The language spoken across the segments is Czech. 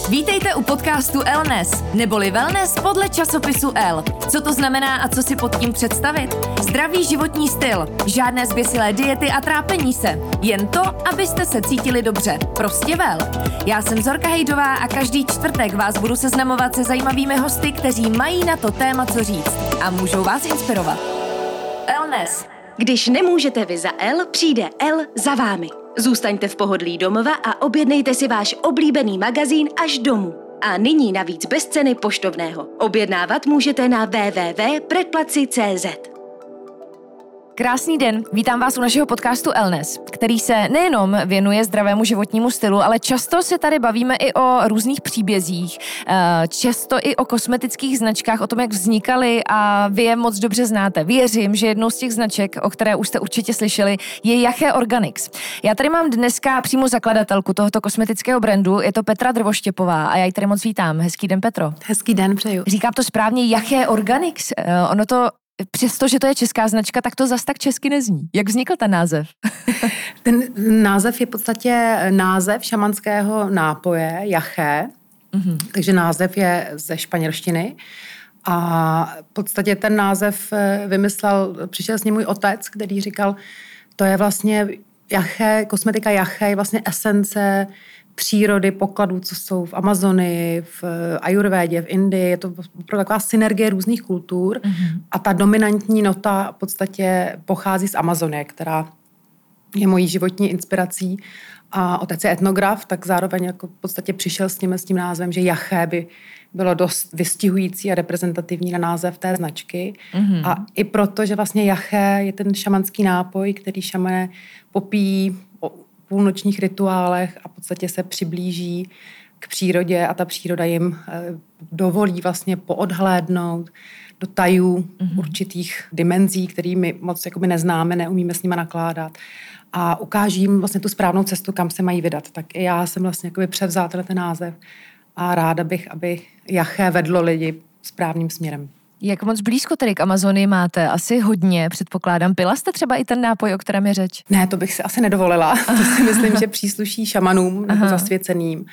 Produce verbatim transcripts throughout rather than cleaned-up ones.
Vítejte u podcastu Elnes, neboli wellness podle časopisu El. Co to znamená a co si pod tím představit? Zdravý životní styl, žádné zběsilé diety a trápení se. Jen to, abyste se cítili dobře. Prostě vel. Já jsem Zorka Hejdová a každý čtvrtek vás budu seznamovat se zajímavými hosty, kteří mají na to téma co říct a můžou vás inspirovat. Elnes. Když nemůžete vy za El, přijde El za vámi. Zůstaňte v pohodlí domova a objednejte si váš oblíbený magazín až domů. A nyní navíc bez ceny poštovného. Objednávat můžete na w w w tečka predplaci tečka c z. Krásný den, vítám vás u našeho podcastu Elnes, který se nejenom věnuje zdravému životnímu stylu, ale často se tady bavíme i o různých příbězích, často i o kosmetických značkách, o tom, jak vznikaly a vy je moc dobře znáte. Věřím, že jednou z těch značek, o které už jste určitě slyšeli, je Jaché Organics. Já tady mám dneska přímo zakladatelku tohoto kosmetického brandu, je to Petra Drvoštěpová a já ji tady moc vítám. Hezký den, Petro. Hezký den, přeju. Říkám to správně, Jaché Organics, ono to přestože to je česká značka, tak to zas tak česky nezní. Jak vznikl ten název? Ten název je v podstatě název šamanského nápoje, jaché, mm-hmm. takže název je ze španělštiny a v podstatě ten název vymyslel, přišel s ním můj otec, který říkal, to je vlastně jaché, kosmetika jaché je vlastně esence přírody, pokladů, co jsou v Amazonii, v ajurvédě, v Indii. Je to opravdu taková synergie různých kultur mm-hmm. a ta dominantní nota v podstatě pochází z Amazonie, která je mojí životní inspirací. A otec je etnograf, tak zároveň jako v podstatě přišel s tím, s tím názvem, že jaché by bylo dost vystihující a reprezentativní na název té značky. Mm-hmm. A i proto, že vlastně jaché je ten šamanský nápoj, který šamané popíjí půlnočních rituálech a v podstatě se přiblíží k přírodě a ta příroda jim dovolí vlastně poodhlédnout do tajů mm-hmm. určitých dimenzí, kterými moc jakoby neznáme, neumíme s nimi nakládat a ukáží jim vlastně tu správnou cestu, kam se mají vydat. Tak i já jsem vlastně jakoby převzala ten název a ráda bych, aby jaché vedlo lidi správným směrem. Jak moc blízko tedy k Amazonii máte? Asi hodně, předpokládám. Pila jste třeba i ten nápoj, o kterém je řeč? Ne, to bych si asi nedovolila. To si myslím, že přísluší šamanům nebo zasvěceným.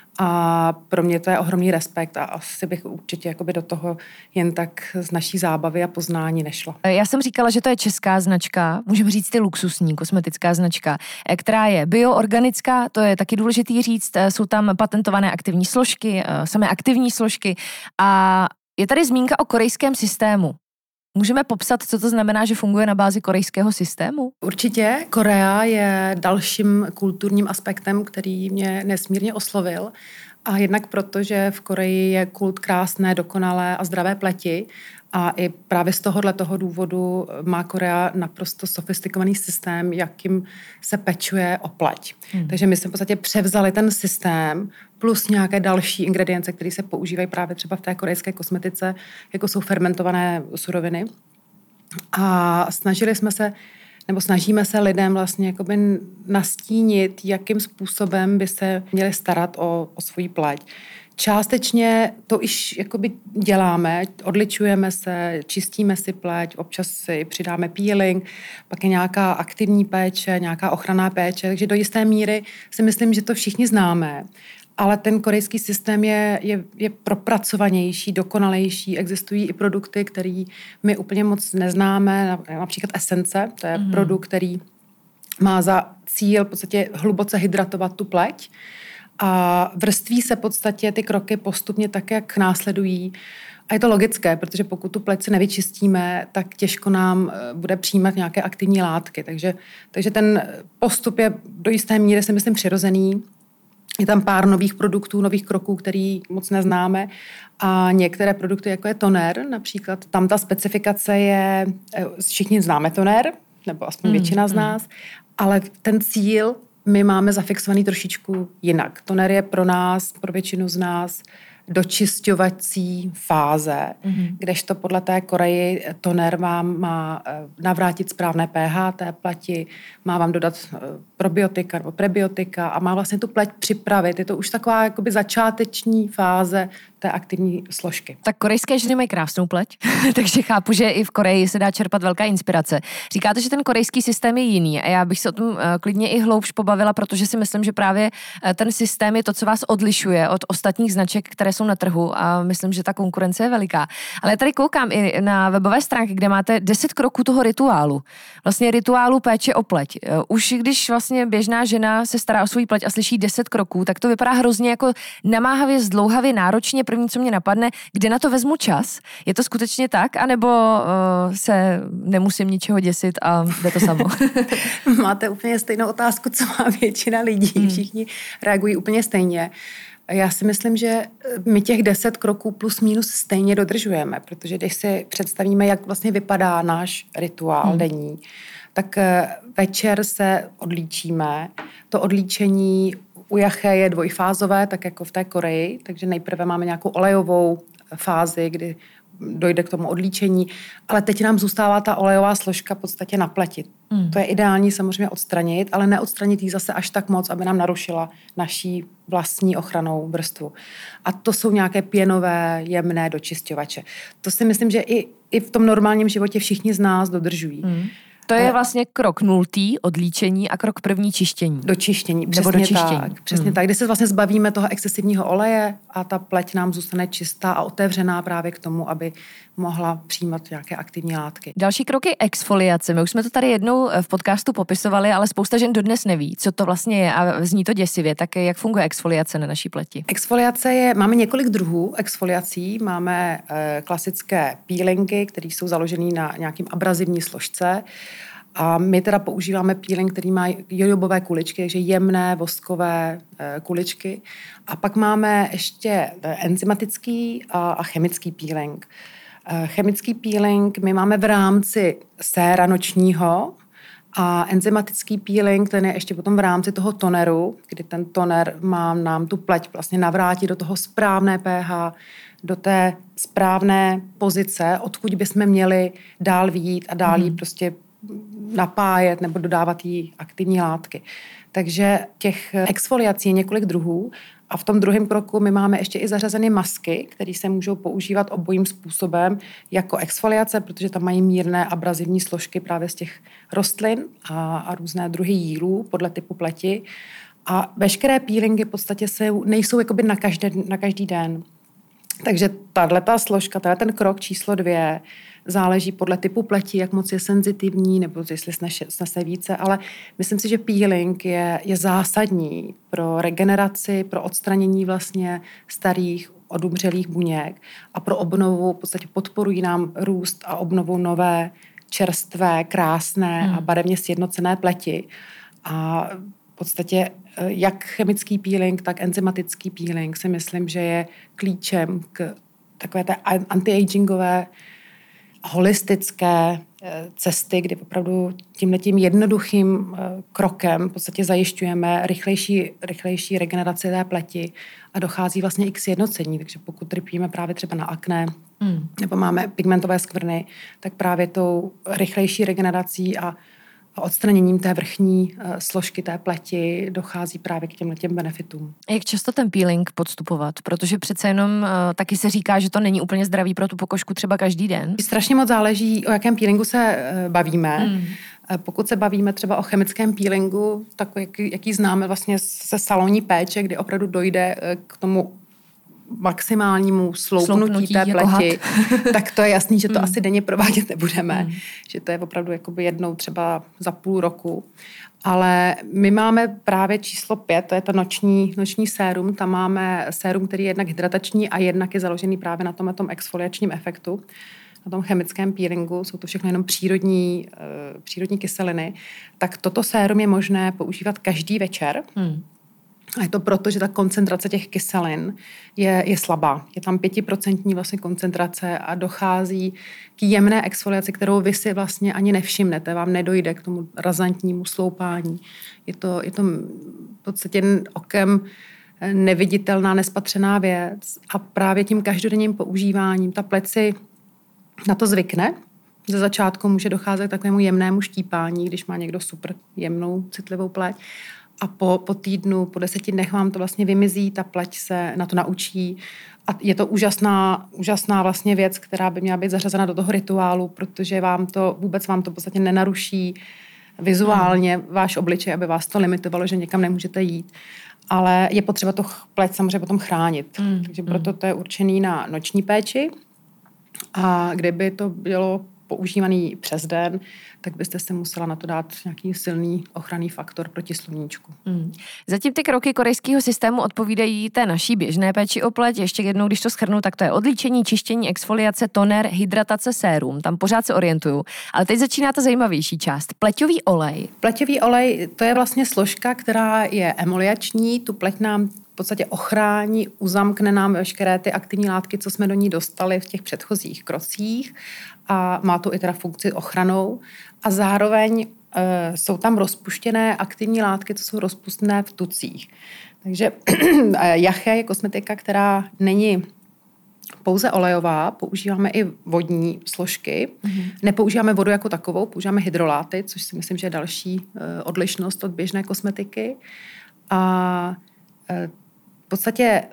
A pro mě to je ohromný respekt a asi bych určitě jakoby do toho jen tak z naší zábavy a poznání nešla. Já jsem říkala, že to je česká značka, můžeme říct ty luxusní kosmetická značka, která je bioorganická, to je taky důležitý říct, jsou tam patentované aktivní složky, samé aktivní složky a je tady zmínka o korejském systému. Můžeme popsat, co to znamená, že funguje na bázi korejského systému? Určitě. Korea je dalším kulturním aspektem, který mě nesmírně oslovil. A jednak proto, že v Koreji je kult krásné, dokonalé a zdravé pleti. A i právě z tohohle toho důvodu má Korea naprosto sofistikovaný systém, jakým se pečuje o pleť. Hmm. Takže my jsme v podstatě převzali ten systém plus nějaké další ingredience, které se používají právě třeba v té korejské kosmetice, jako jsou fermentované suroviny. A snažili jsme se, nebo snažíme se lidem vlastně jakoby nastínit, jakým způsobem by se měli starat o, o svou pleť. Částečně to již jakoby děláme, odličujeme se, čistíme si pleť, občas si přidáme peeling, pak je nějaká aktivní péče, nějaká ochranná péče, takže do jisté míry si myslím, že to všichni známe. Ale ten korejský systém je, je, je propracovanější, dokonalejší. Existují i produkty, které my úplně moc neznáme, například esence, to je mm-hmm. produkt, který má za cíl v podstatě hluboce hydratovat tu pleť. A vrství se v podstatě ty kroky postupně tak, jak následují. A je to logické, protože pokud tu pleť se nevyčistíme, tak těžko nám bude přijímat nějaké aktivní látky. Takže, takže ten postup je do jisté míry, si myslím, přirozený. Je tam pár nových produktů, nových kroků, který moc neznáme. A některé produkty, jako je toner, například, tam ta specifikace je, všichni známe toner, nebo aspoň mm, většina z nás, mm. ale ten cíl my máme zafixovaný trošičku jinak. Toner je pro nás, pro většinu z nás dočišťovací fáze, mm-hmm. kdežto podle té Koreji toner vám má navrátit správné pH té pleti, má vám dodat probiotika nebo prebiotika a má vlastně tu pleť připravit. Je to už taková jakoby začáteční fáze té aktivní složky. Tak korejské ženy mají krásnou pleť, takže chápu, že i v Koreji se dá čerpat velká inspirace. Říkáte, že ten korejský systém je jiný a já bych se o tom klidně i hloubš pobavila, protože si myslím, že právě ten systém je to, co vás odlišuje od ostatních značek, které jsou na trhu a myslím, že ta konkurence je veliká. Ale já tady koukám i na webové stránky, kde máte deset kroků toho rituálu. Vlastně rituálu péče o pleť. Už když vlastně běžná žena se stará o svou pleť a slyší deset kroků, tak to vypadá hrozně jako namáhavě, zdlouhavě, náročně. První, co mě napadne, kde na to vezmu čas? Je to skutečně tak, anebo uh, se nemusím ničeho děsit a jde to samo? Máte úplně stejnou otázku, co má většina lidí. Hmm. Všichni reagují úplně stejně. Já si myslím, že my těch deset kroků plus minus stejně dodržujeme, protože když si představíme, jak vlastně vypadá náš rituál hmm. denní, tak večer se odlíčíme. To odlíčení u Jaché je dvojfázové, tak jako v té Koreji, takže nejprve máme nějakou olejovou fázi, kdy dojde k tomu odlíčení, ale teď nám zůstává ta olejová složka v podstatě na pleti. Mm. To je ideální samozřejmě odstranit, ale neodstranit ji zase až tak moc, aby nám narušila naší vlastní ochrannou vrstvu. A to jsou nějaké pěnové, jemné dočišťovače. To si myslím, že i, i v tom normálním životě všichni z nás dodržují. Mm. To je vlastně krok nultý, odlíčení a krok první čištění. Dočištění, přesně Nebo dočištění. tak. Přesně hmm. tak, kdy se vlastně zbavíme toho excesivního oleje a ta pleť nám zůstane čistá a otevřená právě k tomu, aby mohla přijímat nějaké aktivní látky. Další krok je exfoliace. My už jsme to tady jednou v podcastu popisovali, ale spousta žen dodnes neví, co to vlastně je a zní to děsivě. Tak jak funguje exfoliace na naší pleti? Exfoliace je, máme několik druhů exfoliací. Máme e, klasické peelingy, které jsou založené na nějakým abrazivní složce. A my teda používáme peeling, který má jojobové kuličky, takže jemné voskové e, kuličky. A pak máme ještě enzymatický a, a chemický peeling. E, chemický peeling my máme v rámci séra nočního a enzymatický peeling, ten je ještě potom v rámci toho toneru, kdy ten toner má nám tu pleť vlastně navrátit do toho správné pH, do té správné pozice, odkud bychom měli dál vyjít a dál jí mm. prostě napájet nebo dodávat jí aktivní látky. Takže těch exfoliací je několik druhů a v tom druhém kroku my máme ještě i zařazené masky, které se můžou používat obojím způsobem jako exfoliace, protože tam mají mírné abrazivní složky právě z těch rostlin a, a různé druhy jílů podle typu pleti. A veškeré peelingy v podstatě se, nejsou jakoby na, každé, na každý den. Takže tato složka, to je ten krok číslo dvě, záleží podle typu pleti, jak moc je senzitivní, nebo jestli snese, snese více, ale myslím si, že peeling je, je zásadní pro regeneraci, pro odstranění vlastně starých odumřelých buněk a pro obnovu, v podstatě podporují nám růst a obnovu nové, čerstvé, krásné hmm. a barevně sjednocené pleti. A v podstatě jak chemický peeling, tak enzymatický peeling si myslím, že je klíčem k takové té anti-agingové holistické cesty, kdy opravdu tímhletím jednoduchým krokem v podstatě zajišťujeme rychlejší, rychlejší regeneraci té pleti a dochází vlastně i k sjednocení. Takže pokud trpíme právě třeba na akné mm. nebo máme pigmentové skvrny, tak právě tou rychlejší regenerací a a odstraněním té vrchní uh, složky té pleti dochází právě k těmhle těm benefitům. Jak často ten peeling podstupovat? Protože přece jenom uh, taky se říká, že to není úplně zdravý pro tu pokožku třeba každý den. Strašně moc záleží, o jakém peelingu se uh, bavíme. Hmm. Uh, pokud se bavíme třeba o chemickém peelingu, tak jaký, jaký známe vlastně se salonní péče, kdy opravdu dojde uh, k tomu maximálnímu sloupnutí, sloupnutí té pleti, tak to je jasný, že to mm. asi denně provádět nebudeme. Mm. Že to je opravdu jakoby jednou třeba za půl roku. Ale my máme právě číslo pět, to je to noční, noční sérum. Tam máme sérum, který je jednak hydratační a jednak je založený právě na tom, na tom exfoliačním efektu, na tom chemickém peelingu. Jsou to všechno jenom přírodní, uh, přírodní kyseliny. Tak toto sérum je možné používat každý večer. Mm. A je to proto, že ta koncentrace těch kyselin je, je slabá. Je tam pětiprocentní vlastně koncentrace a dochází k jemné exfoliaci, kterou vy si vlastně ani nevšimnete. Vám nedojde k tomu razantnímu sloupání. Je to, je to v podstatě okem neviditelná, nespatřená věc a právě tím každodenním používáním ta pleť si na to zvykne. Ze začátku může docházet k takovému jemnému štípání, když má někdo super jemnou, citlivou pleť. A po, po týdnu, po deseti dnech vám to vlastně vymizí, ta pleť se na to naučí. A je to úžasná, úžasná vlastně věc, která by měla být zařazena do toho rituálu, protože vám to, vůbec vám to v podstatě nenaruší vizuálně hmm. váš obličej, aby vás to limitovalo, že někam nemůžete jít. Ale je potřeba to pleť samozřejmě potom chránit. Hmm. Takže proto to je určený na noční péči. A kdyby to bylo používaný přes den, tak byste si musela na to dát nějaký silný ochranný faktor proti sluníčku. Hmm. Zatím ty kroky korejského systému odpovídají té naší běžné péči o pleť. Ještě jednou, když to shrnu, tak to je odlíčení, čištění, exfoliace, toner, hydratace, sérum. Tam pořád se orientuju. Ale teď začíná ta zajímavější část. Pleťový olej. Pleťový olej, to je vlastně složka, která je emoliační. Tu pleť nám v podstatě ochrání, uzamkne nám veškeré ty aktivní látky, co jsme do ní dostali v těch předchozích krocích a má tu i teda funkci ochranou a zároveň e, jsou tam rozpuštěné aktivní látky, co jsou rozpustné v tucích. Takže jaché je kosmetika, která není pouze olejová, používáme i vodní složky. Mm-hmm. Nepoužíváme vodu jako takovou, používáme hydroláty, což si myslím, že je další e, odlišnost od běžné kosmetiky. A e, v podstatě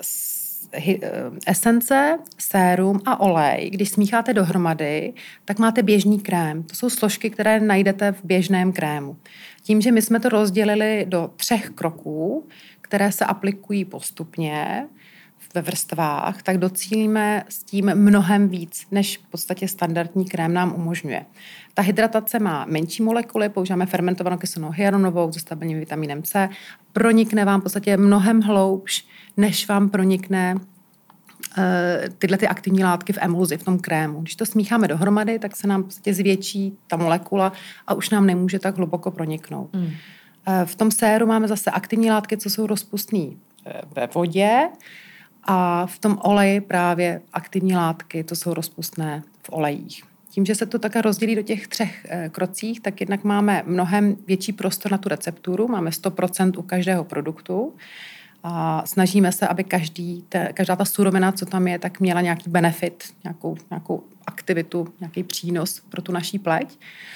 esence, sérum a olej, když smícháte dohromady, tak máte běžný krém. To jsou složky, které najdete v běžném krému. Tím, že my jsme to rozdělili do třech kroků, které se aplikují postupně ve vrstvách, tak docílíme s tím mnohem víc, než v podstatě standardní krém nám umožňuje. Ta hydratace má menší molekuly, používáme fermentovanou kyselinu hyaluronovou se stabilním vitamínem C, pronikne vám v podstatě mnohem hloubš, než vám pronikne uh, tyhle ty aktivní látky v emulzi, v tom krému. Když to smícháme dohromady, tak se nám v podstatě zvětší ta molekula a už nám nemůže tak hluboko proniknout. Mm. Uh, v tom séru máme zase aktivní látky, co jsou rozpustné uh, ve vodě, a v tom oleji právě aktivní látky, to jsou rozpustné v olejích. Tím, že se to také rozdělí do těch třech e, krocích, tak jednak máme mnohem větší prostor na tu recepturu, máme sto procent u každého produktu a snažíme se, aby každý, te, každá ta surovina, co tam je, tak měla nějaký benefit, nějakou, nějakou aktivitu, nějaký přínos pro tu naší pleť.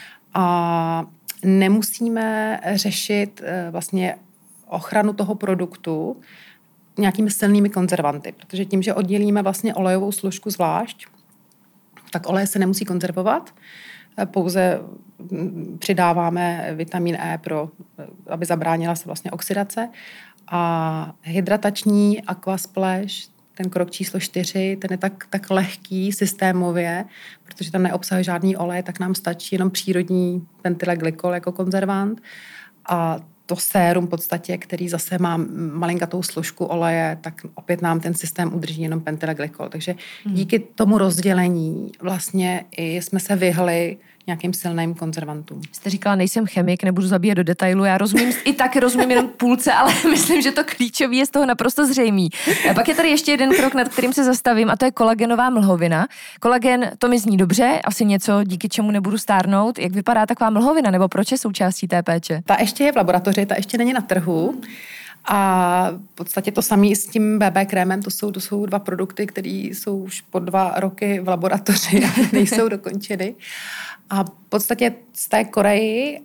A nemusíme řešit e, vlastně ochranu toho produktu nějakými silnými konzervanty, protože tím, že oddělíme vlastně olejovou složku zvlášť, tak olej se nemusí konzervovat, pouze přidáváme vitamin E, pro, aby zabránila se vlastně oxidace. A hydratační Aqua Splash, ten krok číslo čtyři, ten je tak, tak lehký systémově, protože tam neobsahuje žádný olej, tak nám stačí jenom přírodní pentyleglykol jako konzervant. A to sérum v podstatě, který zase má malinkatou složku oleje, tak opět nám ten systém udrží jenom pentyleglykol. Takže hmm. díky tomu rozdělení vlastně i jsme se vyhli nějakým silným konzervantům. Jste říkala, nejsem chemik, nebudu zabíjet do detailu, já rozumím, i tak rozumím jenom půlce, ale myslím, že to klíčový je z toho naprosto zřejmý. A pak je tady ještě jeden krok, nad kterým se zastavím, a to je kolagenová mlhovina. Kolagen, to mi zní dobře, asi něco, díky čemu nebudu stárnout. Jak vypadá taková mlhovina, nebo proč je součástí té péče? Ta ještě je v laboratoři, ta ještě není na trhu. A v podstatě to samé s tím bé bé krémem, to jsou, to jsou dva produkty, které jsou už po dva roky v laboratoři a nejsou dokončeny. A v podstatě z té Koreji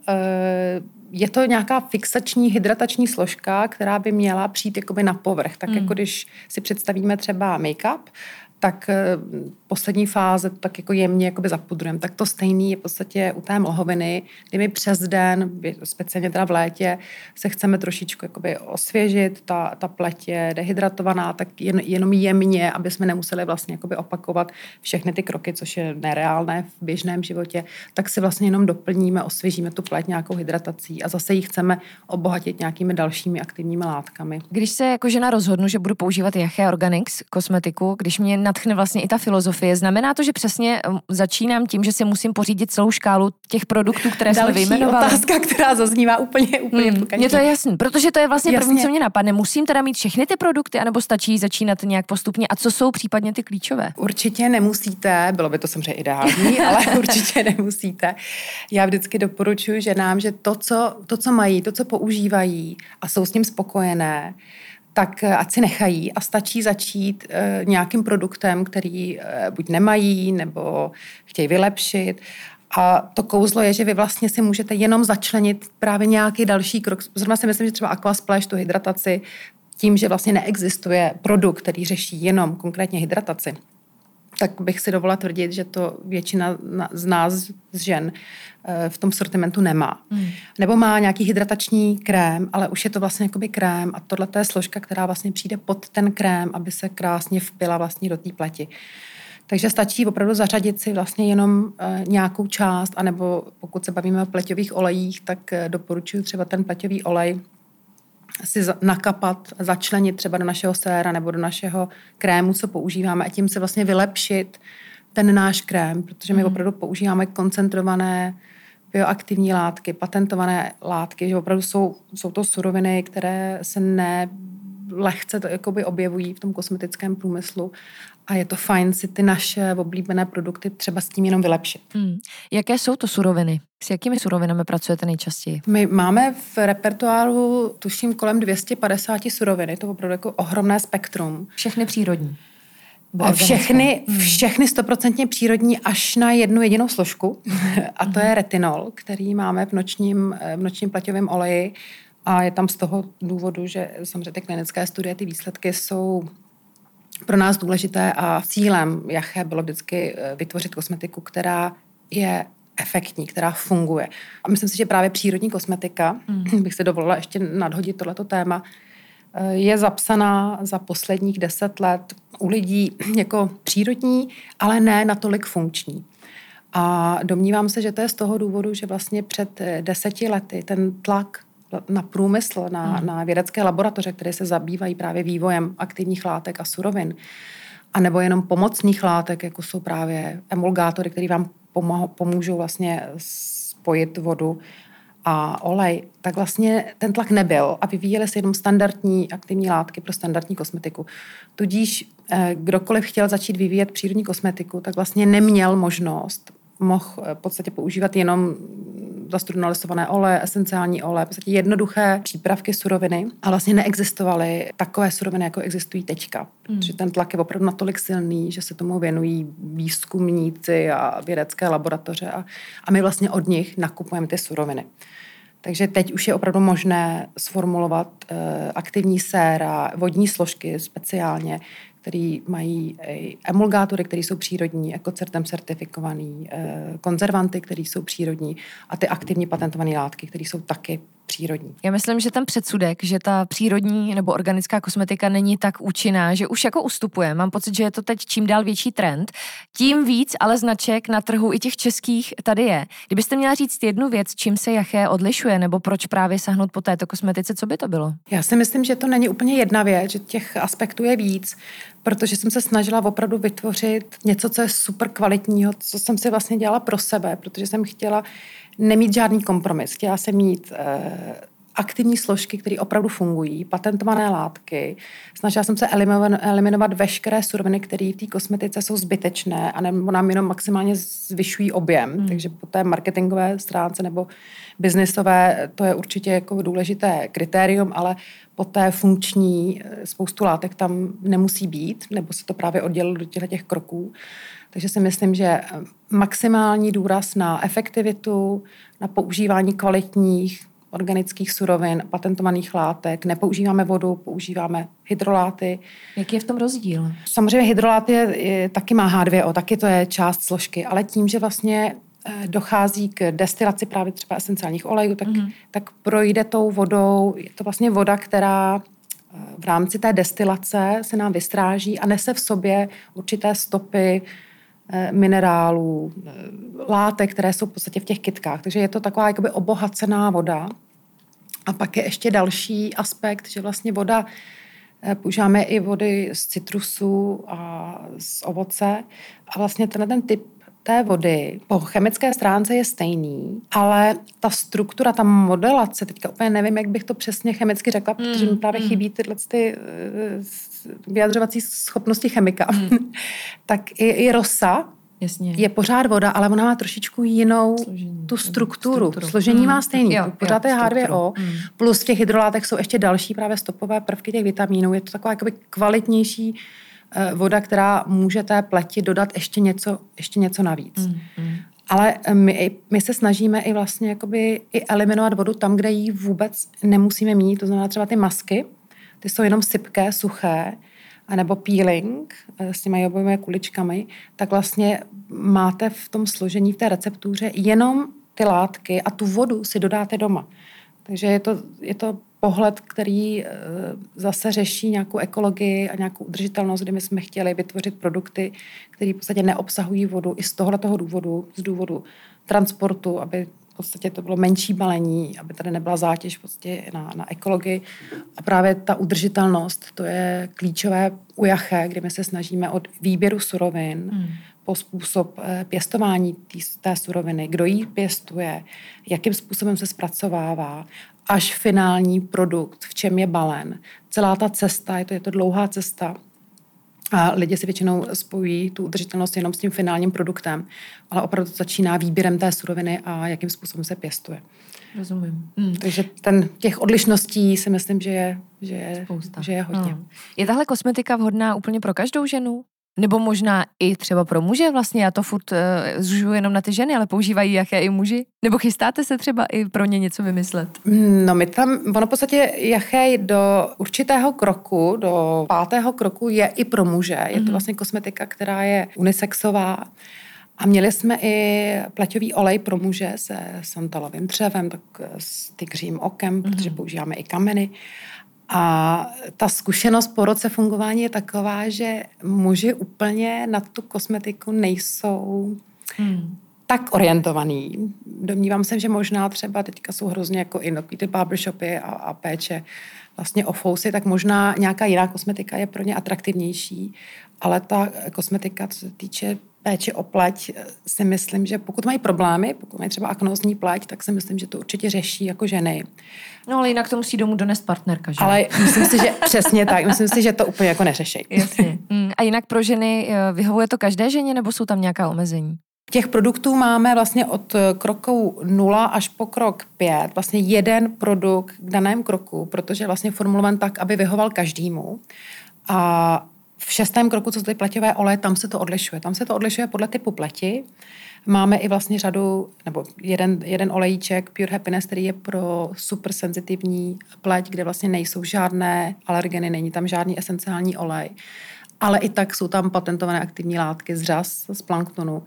je to nějaká fixační, hydratační složka, která by měla přijít jakoby na povrch. Tak mm. jako když si představíme třeba make-up, tak poslední fáze tak jako jemně jakoby zapudrujeme. Tak to stejný je v podstatě u té mlhoviny, kdy my přes den, speciálně teda v létě, se chceme trošičku jakoby osvěžit, ta, ta pleť je dehydratovaná, tak jen, jenom jemně, aby jsme nemuseli vlastně jakoby opakovat všechny ty kroky, což je nereálné v běžném životě, tak si vlastně jenom doplníme, osvěžíme tu pleť nějakou hydratací a zase ji chceme obohatit nějakými dalšími aktivními látkami. Když se jako žena rozhodnu, že budu používat Yaché Organics kosmetiku, když mě nadchne vlastně i ta filozofie, znamená to, že přesně začínám tím, že si musím pořídit celou škálu těch produktů, které jsme vyjmenovali? Další otázka, která zaznívá úplně, úplně hmm, mně to je jasný, protože to je vlastně Jasně. první, co mě napadne. Musím teda mít všechny ty produkty, anebo stačí začínat nějak postupně? A co jsou případně ty klíčové? Určitě nemusíte, bylo by to samozřejmě ideální, ale určitě nemusíte. Já vždycky doporučuji ženám, že to co, to, co mají, to, co používají a jsou s ním spokojené, tak ať si nechají a stačí začít e, nějakým produktem, který e, buď nemají, nebo chtějí vylepšit. A to kouzlo je, že vy vlastně si můžete jenom začlenit právě nějaký další krok. Zrovna si myslím, že třeba Aquasplash, tu hydrataci, tím, že vlastně neexistuje produkt, který řeší jenom konkrétně hydrataci, tak bych si dovolila tvrdit, že to většina z nás, z žen, v tom sortimentu nemá. Hmm. Nebo má nějaký hydratační krém, ale už je to vlastně jakoby krém a tohle je složka, která vlastně přijde pod ten krém, aby se krásně vpila vlastně do té pleti. Takže stačí opravdu zařadit si vlastně jenom nějakou část, anebo pokud se bavíme o pleťových olejích, tak doporučuji třeba ten pleťový olej si nakapat, začlenit třeba do našeho séra nebo do našeho krému, co používáme a tím se vlastně vylepšit ten náš krém, protože my opravdu používáme koncentrované bioaktivní látky, patentované látky, že opravdu jsou, jsou to suroviny, které se ne lehce to jakoby objevují v tom kosmetickém průmyslu a je to fajn si ty naše oblíbené produkty třeba s tím jenom vylepšit. Hmm. Jaké jsou to suroviny? S jakými surovinami pracujete nejčastěji? My máme v repertoáru tuším kolem dvě stě padesát surovin, je to opravdu jako ohromné spektrum. Všechny přírodní? Všechny, všechny stoprocentně přírodní až na jednu jedinou složku a to je retinol, který máme v nočním, v nočním pleťovém oleji. A je tam z toho důvodu, že samozřejmě ty klinické studie, ty výsledky jsou pro nás důležité a cílem Jaché bylo vždycky vytvořit kosmetiku, která je efektní, která funguje. A myslím si, že právě přírodní kosmetika, mm. bych si dovolila ještě nadhodit tohleto téma, je zapsaná za posledních deset let u lidí jako přírodní, ale ne natolik funkční. A domnívám se, že to je z toho důvodu, že vlastně před deseti lety ten tlak na průmysl, na, hmm. na vědecké laboratoře, které se zabývají právě vývojem aktivních látek a surovin, a nebo jenom pomocných látek, jako jsou právě emulgátory, které vám pomůžou vlastně spojit vodu a olej, tak vlastně ten tlak nebyl a vyvíjely se jenom standardní aktivní látky pro standardní kosmetiku. Tudíž kdokoliv chtěl začít vyvíjet přírodní kosmetiku, tak vlastně neměl možnost, mohl v podstatě používat jenom zastrunalisované oleje, esenciální oleje, v podstatě jednoduché přípravky suroviny a vlastně neexistovaly takové suroviny, jako existují teďka. Hmm. Protože ten tlak je opravdu natolik silný, že se tomu věnují výzkumníci a vědecké laboratoře a, a my vlastně od nich nakupujeme ty suroviny. Takže teď už je opravdu možné sformulovat uh, aktivní séra, vodní složky speciálně, který mají emulgátory, které jsou přírodní, ekocertem certifikovaný, konzervanty, které jsou přírodní a ty aktivní patentované látky, které jsou taky přírodní. Já myslím, že ten předsudek, že ta přírodní nebo organická kosmetika není tak účinná, že už jako ustupuje. Mám pocit, že je to teď čím dál větší trend. Tím víc ale značek na trhu i těch českých tady je. Kdybyste měla říct jednu věc, čím se Jaché odlišuje, nebo proč právě sahnout po této kosmetice, co by to bylo? Já si myslím, že to není úplně jedna věc, že těch aspektů je víc, protože jsem se snažila opravdu vytvořit něco, co je super kvalitního, co jsem si vlastně dělala pro sebe, protože jsem chtěla nemít žádný kompromis. Chtěla jsem mít eh, aktivní složky, které opravdu fungují, patentované látky. Snažila jsem se eliminovat, eliminovat veškeré suroviny, které v té kosmetice jsou zbytečné a nebo nám jenom maximálně zvyšují objem. Hmm. Takže po té marketingové stránce nebo biznisové to je určitě jako důležité kritérium, ale po té funkční spoustu látek tam nemusí být, nebo se to právě oddělilo do těchto těch kroků. Takže si myslím, že maximální důraz na efektivitu, na používání kvalitních organických surovin, patentovaných látek, nepoužíváme vodu, používáme hydroláty. Jaký je v tom rozdíl? Samozřejmě hydrolát je, je, taky má H dva O, taky to je část složky, ale tím, že vlastně dochází k destilaci právě třeba esenciálních olejů, tak, mm. tak projde tou vodou. Je to vlastně voda, která v rámci té destilace se nám vystráží a nese v sobě určité stopy minerálů, látek, které jsou v podstatě v těch kytkách. Takže je to taková jakoby obohacená voda. A pak je ještě další aspekt, že vlastně voda, používáme i vody z citrusů a z ovoce a vlastně tenhle ten typ té vody po chemické stránce je stejný, ale ta struktura, ta modelace, teďka úplně nevím, jak bych to přesně chemicky řekla, mm, protože mi právě mm. chybí tyhle ty vyjadřovací schopnosti chemika. Mm. Tak i, i rosa Jasně. Je pořád voda, ale ona má trošičku jinou složení, tu strukturu. strukturu. Složení hmm. má stejný. Jo, pořád jo, je há dvě ó, hmm. plus v těch hydrolátek jsou ještě další právě stopové prvky těch vitamínů. Je to taková jakoby kvalitnější voda, která může té pleti dodat ještě něco, ještě něco navíc. Hmm. Hmm. Ale my, my se snažíme i vlastně jakoby i eliminovat vodu tam, kde ji vůbec nemusíme mít. To znamená třeba ty masky, ty jsou jenom sypké, suché, anebo peeling s těmi jodovými kuličkami, tak vlastně máte v tom složení, v té receptuře jenom ty látky a tu vodu si dodáte doma. Takže je to, je to pohled, který zase řeší nějakou ekologii a nějakou udržitelnost, kdy my jsme chtěli vytvořit produkty, které v podstatě neobsahují vodu i z tohoto důvodu, z důvodu transportu, aby v podstatě to bylo menší balení, aby tady nebyla zátěž v podstatě na, na ekologii. A právě ta udržitelnost, to je klíčové u Jaché, kdy my se snažíme od výběru surovin hmm. po způsob pěstování tý, té suroviny, kdo ji pěstuje, jakým způsobem se zpracovává, až finální produkt, v čem je balen. Celá ta cesta, je to, je to dlouhá cesta, a lidi si většinou spojují tu udržitelnost jenom s tím finálním produktem, ale opravdu to začíná výběrem té suroviny a jakým způsobem se pěstuje. Rozumím. Hmm. Takže ten, těch odlišností si myslím, že je, že je, že je hodně. Hmm. Je tahle kosmetika vhodná úplně pro každou ženu? Nebo možná i třeba pro muže vlastně? Já to furt uh, zužuju jenom na ty ženy, ale používají jaké i muži? Nebo chystáte se třeba i pro ně něco vymyslet? No my tam, ono v podstatě jaché do určitého kroku, do pátého kroku je i pro muže. Je mm-hmm. to vlastně kosmetika, která je unisexová. A měli jsme i pleťový olej pro muže se santalovým dřevem, tak s tygřím okem, mm-hmm. protože používáme i kameny. A ta zkušenost po roce fungování je taková, že muži úplně na tu kosmetiku nejsou hmm. tak orientovaný. Domnívám se, že možná třeba teďka jsou hrozně jako i ty barbershopy a, a péče vlastně o fousy, tak možná nějaká jiná kosmetika je pro ně atraktivnější, ale ta kosmetika, co se týče péče o pleť, si myslím, že pokud mají problémy, pokud mají třeba aknózní pleť, tak si myslím, že to určitě řeší jako ženy. No ale jinak to musí domů donést partnerka, že? Ale myslím si, že přesně tak. Myslím si, že to úplně jako neřeší. Jasně. A jinak pro ženy vyhovuje to každé ženě, nebo jsou tam nějaká omezení? Těch produktů máme vlastně od kroku nula až po krok pět, vlastně jeden produkt k daném kroku, protože vlastně formulovan tak, aby vyhoval každému. A v šestém kroku, co jsou ty pleťové oleje, tam se to odlišuje. Tam se to odlišuje podle typu pleti. Máme i vlastně řadu, nebo jeden, jeden olejíček Pure Happiness, který je pro super senzitivní pleť, kde vlastně nejsou žádné alergeny, není tam žádný esenciální olej. Ale i tak jsou tam patentované aktivní látky z řas, z planktonu.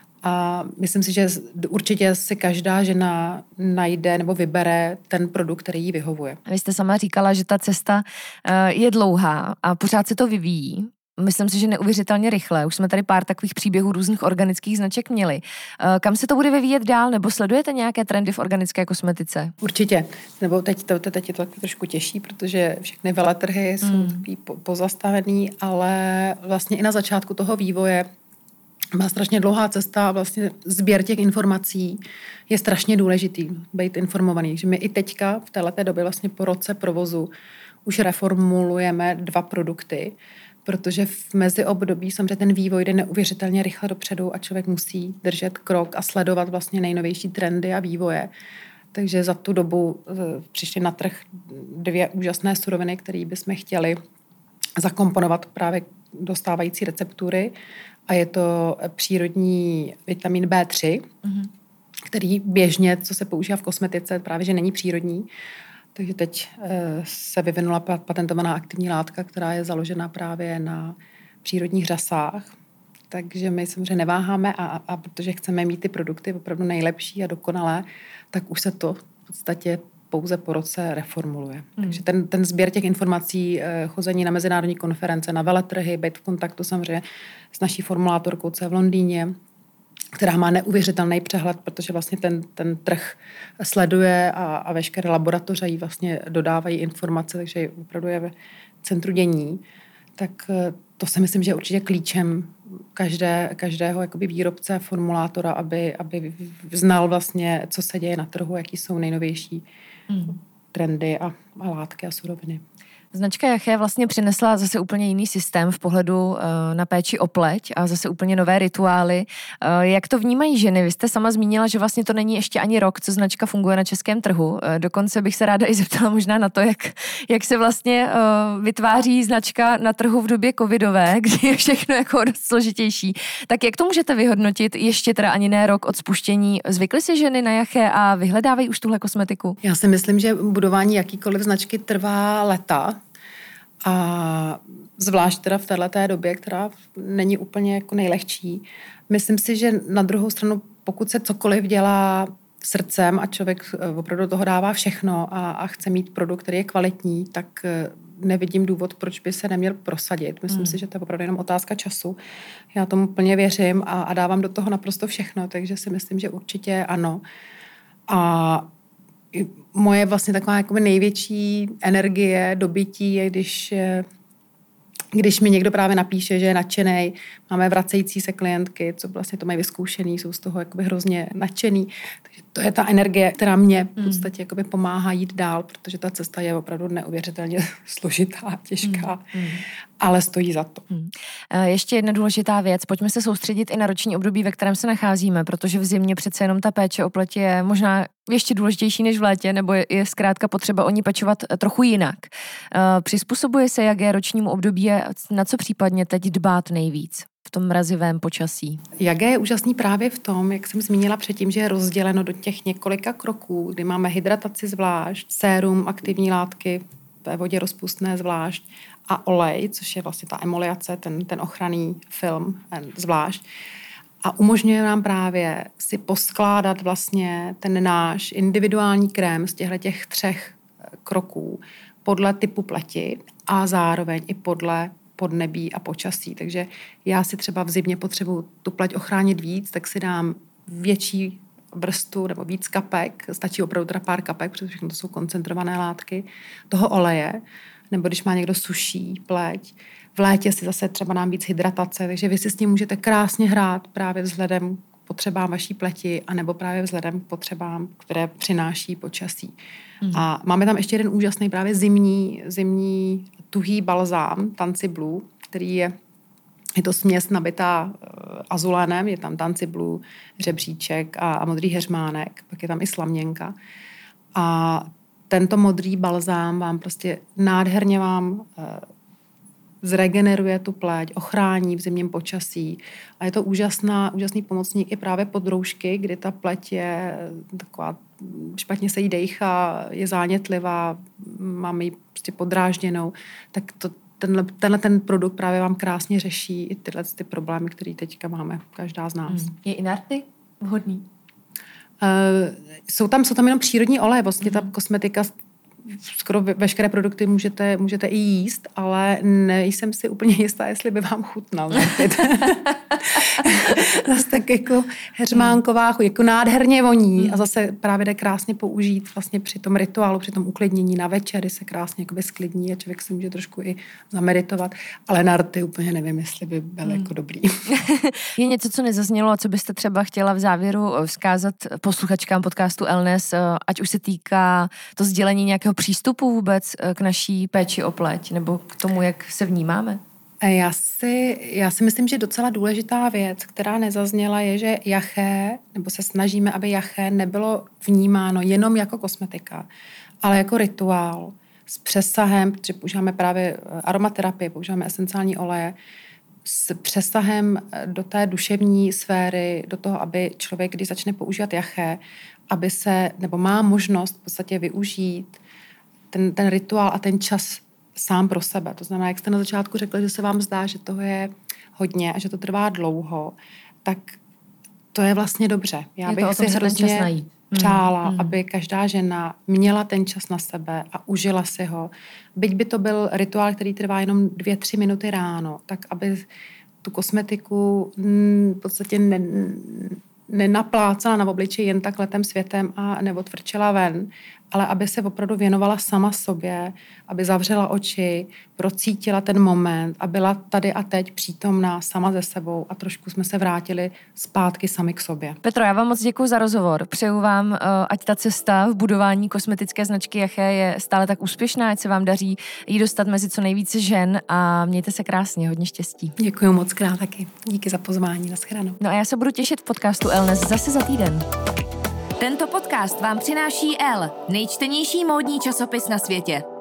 A myslím si, že určitě si každá žena najde nebo vybere ten produkt, který jí vyhovuje. Vy jste sama říkala, že ta cesta je dlouhá a pořád se to vyvíjí. Myslím si, že neuvěřitelně rychle. Už jsme tady pár takových příběhů různých organických značek měli. Kam se to bude vyvíjet dál, nebo sledujete nějaké trendy v organické kosmetice? Určitě. Nebo teď to, teď je to trošku těžší, protože všechny veletrhy jsou hmm. takový pozastavený, ale vlastně i na začátku toho vývoje má strašně dlouhá cesta a vlastně sběr těch informací je strašně důležitý, být informovaný. Že my i teďka v této době vlastně po roce provozu už reformulujeme dva produkty, protože v meziobdobí samozřejmě ten vývoj jde neuvěřitelně rychle dopředu a člověk musí držet krok a sledovat vlastně nejnovější trendy a vývoje. Takže za tu dobu přišly na trh dvě úžasné suroviny, které bychom chtěli zakomponovat právě do stávající receptury. A je to přírodní vitamin bé tři, mm-hmm. který běžně, co se používá v kosmetice, právě že není přírodní. Takže teď se vyvinula patentovaná aktivní látka, která je založena právě na přírodních řasách. Takže my samozřejmě neváháme a, a protože chceme mít ty produkty opravdu nejlepší a dokonalé, tak už se to v podstatě pouze po roce reformuluje. Hmm. Takže ten, ten sběr těch informací, chození na mezinárodní konference, na veletrhy, být v kontaktu samozřejmě s naší formulátorkou, co je v Londýně, která má neuvěřitelný přehled, protože vlastně ten, ten trh sleduje a, a veškeré laboratoře jí vlastně dodávají informace, takže opravdu je ve centru dění. Tak to si myslím, že je určitě klíčem každé, každého jakoby výrobce, formulátora, aby, aby znal vlastně, co se děje na trhu, jaký jsou nejnovější hmm. trendy a, a látky a suroviny. Značka Jaché vlastně přinesla zase úplně jiný systém v pohledu uh, na péči o pleť a zase úplně nové rituály. Uh, jak to vnímají ženy? Vy jste sama zmínila, že vlastně to není ještě ani rok, co značka funguje na českém trhu. Uh, dokonce bych se ráda i zeptala možná na to, jak, jak se vlastně uh, vytváří značka na trhu v době covidové, kdy je všechno jako dost složitější. Tak jak to můžete vyhodnotit ještě teda ani ne rok od spuštění? Zvykly si ženy na Jaché a vyhledávají už tuhle kosmetiku? Já si myslím, že budování jakýkoliv značky trvá leta. A zvlášť teda v této době, která není úplně jako nejlehčí. Myslím si, že na druhou stranu, pokud se cokoliv dělá srdcem a člověk opravdu toho dává všechno a, a chce mít produkt, který je kvalitní, tak nevidím důvod, proč by se neměl prosadit. Myslím hmm. si, že to je opravdu jenom otázka času. Já tomu plně věřím a, a dávám do toho naprosto všechno, takže si myslím, že určitě ano. A moje vlastně taková jakoby největší energie, dobytí je, když, když mi někdo právě napíše, že je nadšenej, máme vracející se klientky, co vlastně to mají vyzkoušený, jsou z toho jakoby hrozně nadšený. Takže to je ta energie, která mě v podstatě jakoby pomáhá jít dál, protože ta cesta je opravdu neuvěřitelně složitá, těžká, mm. ale stojí za to. Mm. Ještě jedna důležitá věc, pojďme se soustředit i na roční období, ve kterém se nacházíme, protože v zimě přece jenom ta péče o pleť je možná ještě důležitější než v létě, nebo je, je zkrátka potřeba o ní pečovat trochu jinak. Přizpůsobuje se jak je ročnímu období, na co případně teď dbát nejvíc v tom mrazivém počasí? Jagé je úžasný právě v tom, jak jsem zmínila předtím, že je rozděleno do těch několika kroků, kdy máme hydrataci zvlášť, sérum, aktivní látky ve vodě rozpustné zvlášť a olej, což je vlastně ta emoliace, ten, ten ochranný film zvlášť. A umožňuje nám právě si poskládat vlastně ten náš individuální krém z těchto těch třech kroků podle typu pleti a zároveň i podle podnebí a počasí. Takže já si třeba v zimě potřebuji tu pleť ochránit víc, tak si dám větší vrstu nebo víc kapek, stačí opravdu teda pár kapek, protože všechno to jsou koncentrované látky, toho oleje, nebo když má někdo suší pleť. V létě si zase třeba dám víc hydratace, takže vy si s tím můžete krásně hrát právě vzhledem k potřebám vaší pleti anebo právě vzhledem k potřebám, které přináší počasí. Mm. A máme tam ještě jeden úžasný právě zimní, zimní tuhý balzám, Tanci Blue, který je, je to směs nabitá azulénem, je tam Tanci Blue, řebříček a, a modrý heřmánek, pak je tam i slaměnka. A tento modrý balzám vám prostě nádherně vám zregeneruje tu pleť, ochrání v zimním počasí a je to úžasná, úžasný pomocník i právě pod roušky, kdy ta pleť je taková, špatně se jí dejchá, je zánětlivá, máme ji prostě podrážděnou, tak to, tenhle, tenhle ten produkt právě vám krásně řeší i tyhle ty problémy, které teďka máme, každá z nás. Hmm. Je i na rty vhodný? Uh, jsou tam, jsou tam jenom přírodní oleje, vlastně ta kosmetika, skoro veškeré produkty můžete, můžete i jíst, ale nejsem si úplně jistá, jestli by vám chutnal. Zase tak jako heřmánková, jako nádherně voní a zase právě jde krásně použít vlastně při tom rituálu, při tom uklidnění na večer, kdy se krásně jakoby sklidní a člověk se může trošku i zameditovat, ale na rty úplně nevím, jestli by byl hmm. jako dobrý. Je něco, co nezaznělo a co byste třeba chtěla v závěru vzkázat posluchačkám podcastu Elnes, ať už se týká to sdělení nějakého přístupu vůbec k naší péči o pleť nebo k tomu, jak se vnímáme? Já si, já si myslím, že docela důležitá věc, která nezazněla, je, že Jaché, nebo se snažíme, aby Jaché nebylo vnímáno jenom jako kosmetika, ale jako rituál s přesahem, protože používáme právě aromaterapii, používáme esenciální oleje, s přesahem do té duševní sféry, do toho, aby člověk, když začne používat Jaché, aby se, nebo má možnost v podstatě využít ten, ten rituál a ten čas sám pro sebe. To znamená, jak jste na začátku řekli, že se vám zdá, že toho je hodně a že to trvá dlouho, tak to je vlastně dobře. Já je bych si hrozně přála, mm. aby každá žena měla ten čas na sebe a užila si ho. Byť by to byl rituál, který trvá jenom dvě, tři minuty ráno, tak aby tu kosmetiku v podstatě ne, nenaplácala na obličej jen tak letem světem a neodvrčela ven, ale aby se opravdu věnovala sama sobě, aby zavřela oči, procítila ten moment a byla tady a teď přítomná sama ze sebou a trošku jsme se vrátili zpátky sami k sobě. Petro, já vám moc děkuji za rozhovor. Přeju vám, ať ta cesta v budování kosmetické značky Jaché je stále tak úspěšná, ať se vám daří jí dostat mezi co nejvíce žen a mějte se krásně, hodně štěstí. Děkuji moc krát taky. Díky za pozvání, nashledanou. No a já se budu těšit v podcastu Elnes zase za týden. Tento podcast vám přináší Elle, nejčtenější módní časopis na světě.